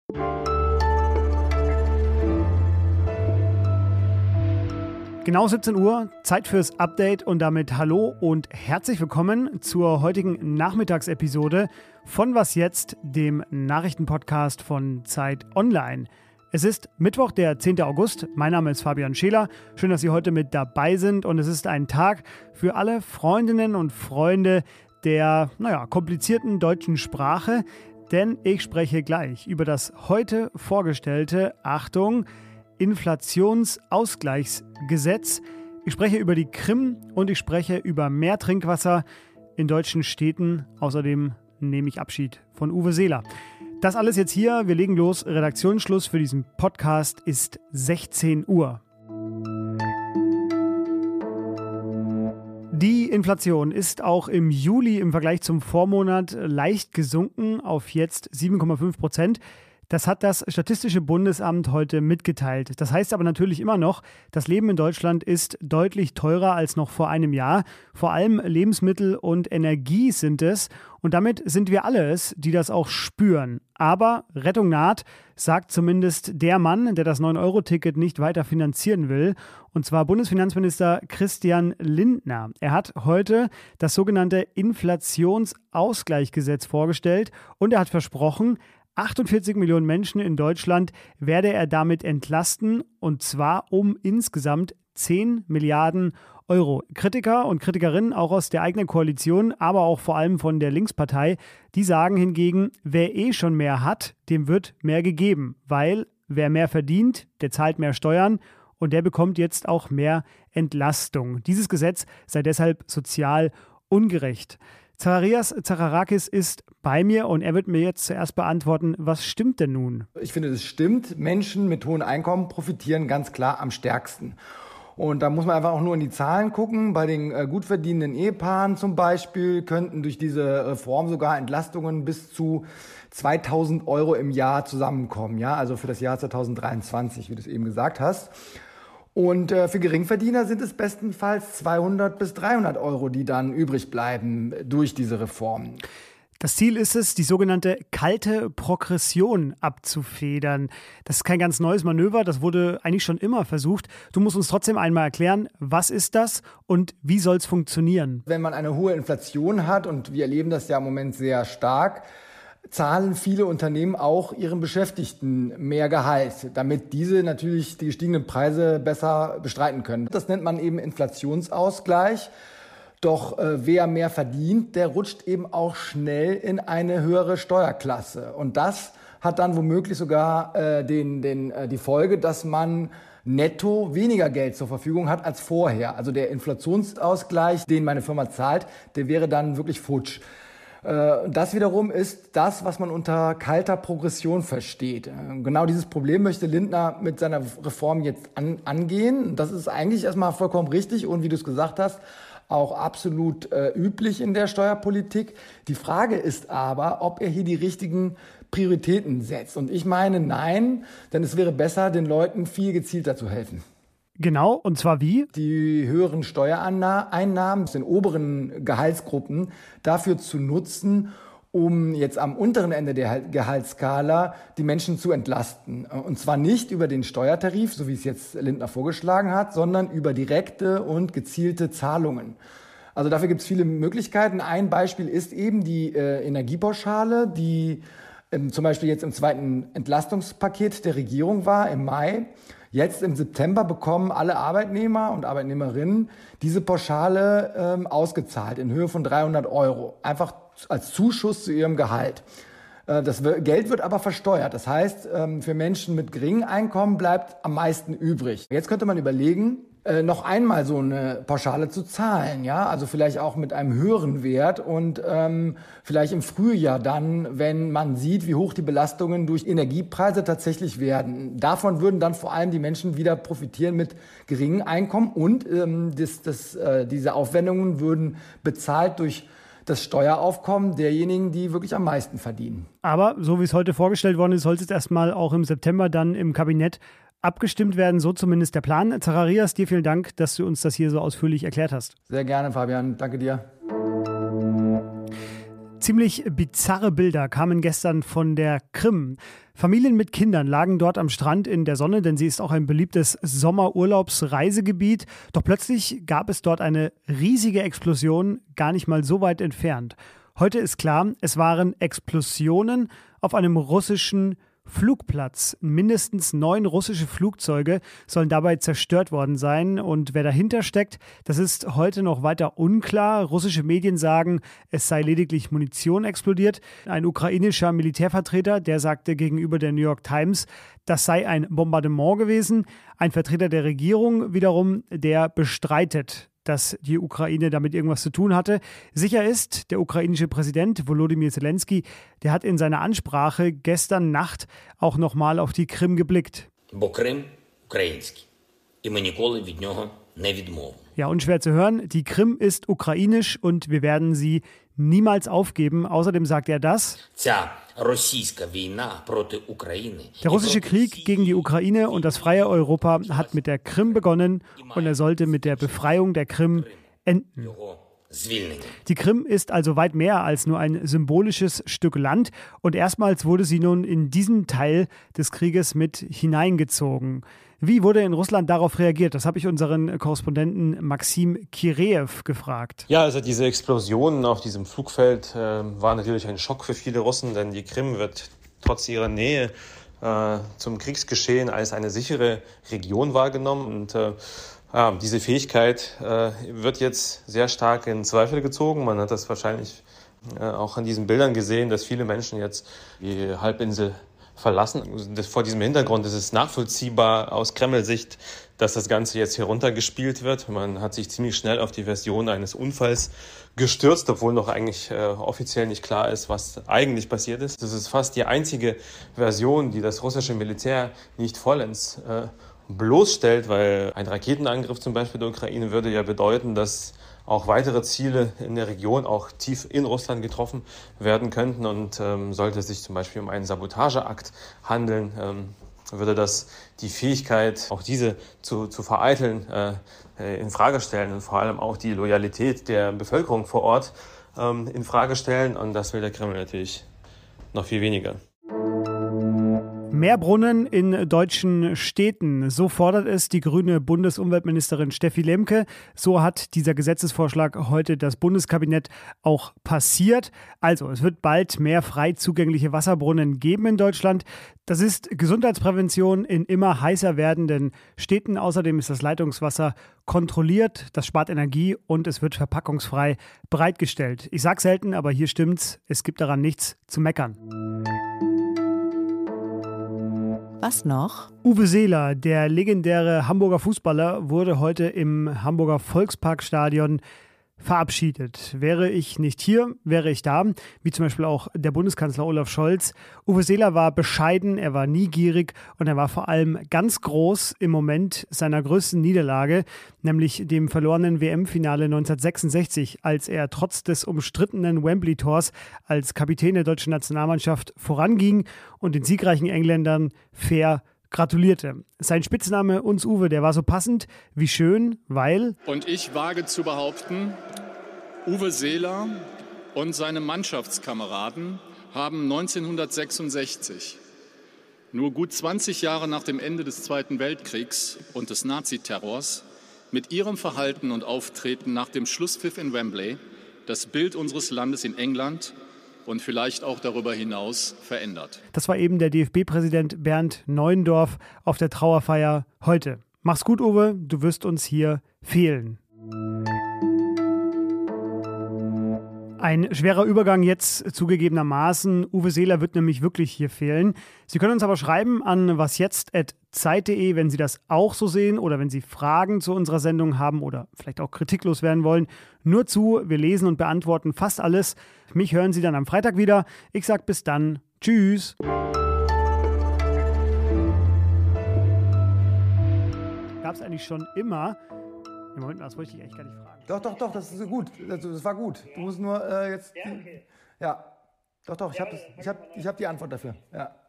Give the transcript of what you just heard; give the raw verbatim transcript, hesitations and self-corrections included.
Genau siebzehn Uhr, Zeit fürs Update und damit hallo und herzlich willkommen zur heutigen Nachmittagsepisode von Was Jetzt, dem Nachrichtenpodcast von Zeit Online. Es ist Mittwoch, der zehnten August. Mein Name ist Fabian Scheler. Schön, dass Sie heute mit dabei sind und es ist ein Tag für alle Freundinnen und Freunde der, naja, komplizierten deutschen Sprache, denn ich spreche gleich über das heute vorgestellte, Achtung, Inflationsausgleichsgesetz. Ich spreche über die Krim und ich spreche über mehr Trinkwasser in deutschen Städten. Außerdem nehme ich Abschied von Uwe Seeler. Das alles jetzt hier. Wir legen los. Redaktionsschluss für diesen Podcast ist sechzehn Uhr. Die Inflation ist auch im Juli im Vergleich zum Vormonat leicht gesunken auf jetzt sieben Komma fünf Prozent. Das hat das Statistische Bundesamt heute mitgeteilt. Das heißt aber natürlich immer noch, das Leben in Deutschland ist deutlich teurer als noch vor einem Jahr. Vor allem Lebensmittel und Energie sind es. Und damit sind wir alle es, die das auch spüren. Aber Rettung naht, sagt zumindest der Mann, der das neun Euro Ticket nicht weiter finanzieren will. Und zwar Bundesfinanzminister Christian Lindner. Er hat heute das sogenannte Inflationsausgleichsgesetz vorgestellt und er hat versprochen, achtundvierzig Millionen Menschen in Deutschland werde er damit entlasten, und zwar um insgesamt zehn Milliarden Euro. Kritiker und Kritikerinnen auch aus der eigenen Koalition, aber auch vor allem von der Linkspartei, die sagen hingegen, wer eh schon mehr hat, dem wird mehr gegeben, weil wer mehr verdient, der zahlt mehr Steuern und der bekommt jetzt auch mehr Entlastung. Dieses Gesetz sei deshalb sozial ungerecht. Zacharias Zacharakis ist bei mir und er wird mir jetzt zuerst beantworten, was stimmt denn nun? Ich finde, es stimmt. Menschen mit hohen Einkommen profitieren ganz klar am stärksten. Und da muss man einfach auch nur in die Zahlen gucken. Bei den äh, gut verdienenden Ehepaaren zum Beispiel könnten durch diese Reform sogar Entlastungen bis zu zweitausend Euro im Jahr zusammenkommen. Ja, also für das Jahr zweitausenddreiundzwanzig, wie du es eben gesagt hast. Und äh, für Geringverdiener sind es bestenfalls zweihundert bis dreihundert Euro, die dann übrig bleiben durch diese Reform. Das Ziel ist es, die sogenannte kalte Progression abzufedern. Das ist kein ganz neues Manöver, das wurde eigentlich schon immer versucht. Du musst uns trotzdem einmal erklären, was ist das und wie soll es funktionieren? Wenn man eine hohe Inflation hat, und wir erleben das ja im Moment sehr stark, zahlen viele Unternehmen auch ihren Beschäftigten mehr Gehalt, damit diese natürlich die gestiegenen Preise besser bestreiten können. Das nennt man eben Inflationsausgleich. Doch äh, wer mehr verdient, der rutscht eben auch schnell in eine höhere Steuerklasse. Und das hat dann womöglich sogar äh, den, den, äh, die Folge, dass man netto weniger Geld zur Verfügung hat als vorher. Also der Inflationsausgleich, den meine Firma zahlt, der wäre dann wirklich futsch. Das wiederum ist das, was man unter kalter Progression versteht. Genau dieses Problem möchte Lindner mit seiner Reform jetzt an, angehen. Das ist eigentlich erstmal vollkommen richtig und wie du es gesagt hast, auch absolut äh, üblich in der Steuerpolitik. Die Frage ist aber, ob er hier die richtigen Prioritäten setzt. Und ich meine, nein, denn es wäre besser, den Leuten viel gezielter zu helfen. Genau, und zwar wie? Die höheren Steuereinnahmen aus den oberen Gehaltsgruppen dafür zu nutzen, um jetzt am unteren Ende der Gehaltsskala die Menschen zu entlasten. Und zwar nicht über den Steuertarif, so wie es jetzt Lindner vorgeschlagen hat, sondern über direkte und gezielte Zahlungen. Also dafür gibt es viele Möglichkeiten. Ein Beispiel ist eben die äh, Energiepauschale, die ähm, zum Beispiel jetzt im zweiten Entlastungspaket der Regierung war, im Mai. Jetzt im September bekommen alle Arbeitnehmer und Arbeitnehmerinnen diese Pauschale ähm, ausgezahlt in Höhe von dreihundert Euro. Einfach als Zuschuss zu ihrem Gehalt. Äh, das Geld wird aber versteuert. Das heißt, ähm, für Menschen mit geringem Einkommen bleibt am meisten übrig. Jetzt könnte man überlegen, äh, noch einmal so eine Pauschale zu zahlen. Ja? Also vielleicht auch mit einem höheren Wert und ähm, vielleicht im Frühjahr dann, wenn man sieht, wie hoch die Belastungen durch Energiepreise tatsächlich werden. Davon würden dann vor allem die Menschen wieder profitieren mit geringem Einkommen und ähm, das, das, äh, diese Aufwendungen würden bezahlt durch das Steueraufkommen derjenigen, die wirklich am meisten verdienen. Aber so wie es heute vorgestellt worden ist, soll es jetzt erstmal auch im September dann im Kabinett abgestimmt werden, so zumindest der Plan. Zacharias, dir vielen Dank, dass du uns das hier so ausführlich erklärt hast. Sehr gerne, Fabian. Danke dir. Ziemlich bizarre Bilder kamen gestern von der Krim. Familien mit Kindern lagen dort am Strand in der Sonne, denn sie ist auch ein beliebtes Sommerurlaubsreisegebiet. Doch plötzlich gab es dort eine riesige Explosion, gar nicht mal so weit entfernt. Heute ist klar, es waren Explosionen auf einem russischen Flugplatz. Mindestens neun russische Flugzeuge sollen dabei zerstört worden sein. Und wer dahinter steckt, das ist heute noch weiter unklar. Russische Medien sagen, es sei lediglich Munition explodiert. Ein ukrainischer Militärvertreter, der sagte gegenüber der New York Times, das sei ein Bombardement gewesen. Ein Vertreter der Regierung wiederum, der bestreitet, dass die Ukraine damit irgendwas zu tun hatte. Sicher ist, der ukrainische Präsident Volodymyr Zelensky, der hat in seiner Ansprache gestern Nacht auch nochmal auf die Krim geblickt. Бо Крим український, і ми ніколи від нього не відмовимо. Ja, unschwer zu hören, die Krim ist ukrainisch und wir werden sie niemals aufgeben. Außerdem sagt er das: Ця російська війна проти України. Der russische Krieg gegen die Ukraine und das freie Europa hat mit der Krim begonnen und er sollte mit der Befreiung der Krim enden. Die Krim ist also weit mehr als nur ein symbolisches Stück Land und erstmals wurde sie nun in diesen Teil des Krieges mit hineingezogen. Wie wurde in Russland darauf reagiert? Das habe ich unseren Korrespondenten Maxim Kireev gefragt. Ja, also diese Explosionen auf diesem Flugfeld äh, waren natürlich ein Schock für viele Russen, denn die Krim wird trotz ihrer Nähe äh, zum Kriegsgeschehen als eine sichere Region wahrgenommen. Und äh, ja, diese Fähigkeit äh, wird jetzt sehr stark in Zweifel gezogen. Man hat das wahrscheinlich äh, auch an diesen Bildern gesehen, dass viele Menschen jetzt die Halbinsel verlassen. Das, vor diesem Hintergrund ist es nachvollziehbar aus Kreml-Sicht, dass das Ganze jetzt heruntergespielt wird. Man hat sich ziemlich schnell auf die Version eines Unfalls gestürzt, obwohl noch eigentlich äh, offiziell nicht klar ist, was eigentlich passiert ist. Das ist fast die einzige Version, die das russische Militär nicht vollends äh, bloßstellt, weil ein Raketenangriff zum Beispiel der Ukraine würde ja bedeuten, dass auch weitere Ziele in der Region, auch tief in Russland getroffen werden könnten. Und ähm, sollte es sich zum Beispiel um einen Sabotageakt handeln, ähm, würde das die Fähigkeit, auch diese zu, zu vereiteln, äh, in Frage stellen und vor allem auch die Loyalität der Bevölkerung vor Ort ähm, in Frage stellen. Und das will der Kreml natürlich noch viel weniger. Mehr Brunnen in deutschen Städten, so fordert es die grüne Bundesumweltministerin Steffi Lemke. So hat dieser Gesetzesvorschlag heute das Bundeskabinett auch passiert. Also, es wird bald mehr frei zugängliche Wasserbrunnen geben in Deutschland. Das ist Gesundheitsprävention in immer heißer werdenden Städten. Außerdem ist das Leitungswasser kontrolliert, das spart Energie und es wird verpackungsfrei bereitgestellt. Ich sage selten, aber hier stimmt's, es gibt daran nichts zu meckern. Was noch? Uwe Seeler, der legendäre Hamburger Fußballer, wurde heute im Hamburger Volksparkstadion verabschiedet. Wäre ich nicht hier, wäre ich da, wie zum Beispiel auch der Bundeskanzler Olaf Scholz. Uwe Seeler war bescheiden, er war nie gierig und er war vor allem ganz groß im Moment seiner größten Niederlage, nämlich dem verlorenen W M-Finale neunzehnhundertsechsundsechzig, als er trotz des umstrittenen Wembley-Tors als Kapitän der deutschen Nationalmannschaft voranging und den siegreichen Engländern fair gratulierte. Sein Spitzname Uns Uwe, der war so passend wie schön, weil... Und ich wage zu behaupten, Uwe Seeler und seine Mannschaftskameraden haben neunzehnhundertsechsundsechzig, nur gut zwanzig Jahre nach dem Ende des Zweiten Weltkriegs und des Naziterrors, mit ihrem Verhalten und Auftreten nach dem Schlusspfiff in Wembley das Bild unseres Landes in England und vielleicht auch darüber hinaus verändert. Das war eben der D F B-Präsident Bernd Neuendorf auf der Trauerfeier heute. Mach's gut, Uwe, du wirst uns hier fehlen. Ein schwerer Übergang jetzt zugegebenermaßen. Uwe Seeler wird nämlich wirklich hier fehlen. Sie können uns aber schreiben an wasjetzt at zeit punkt de, wenn Sie das auch so sehen oder wenn Sie Fragen zu unserer Sendung haben oder vielleicht auch kritiklos werden wollen. Nur zu, wir lesen und beantworten fast alles. Mich hören Sie dann am Freitag wieder. Ich sag bis dann. Tschüss. Gab es eigentlich schon immer... Im Moment, das wollte ich eigentlich gar nicht fragen. Doch, doch, doch, das ist gut. Also, das war gut. Du musst nur äh, jetzt... Ja, okay. Ja, doch, doch, ich habe hab, ich hab die Antwort dafür. Ja.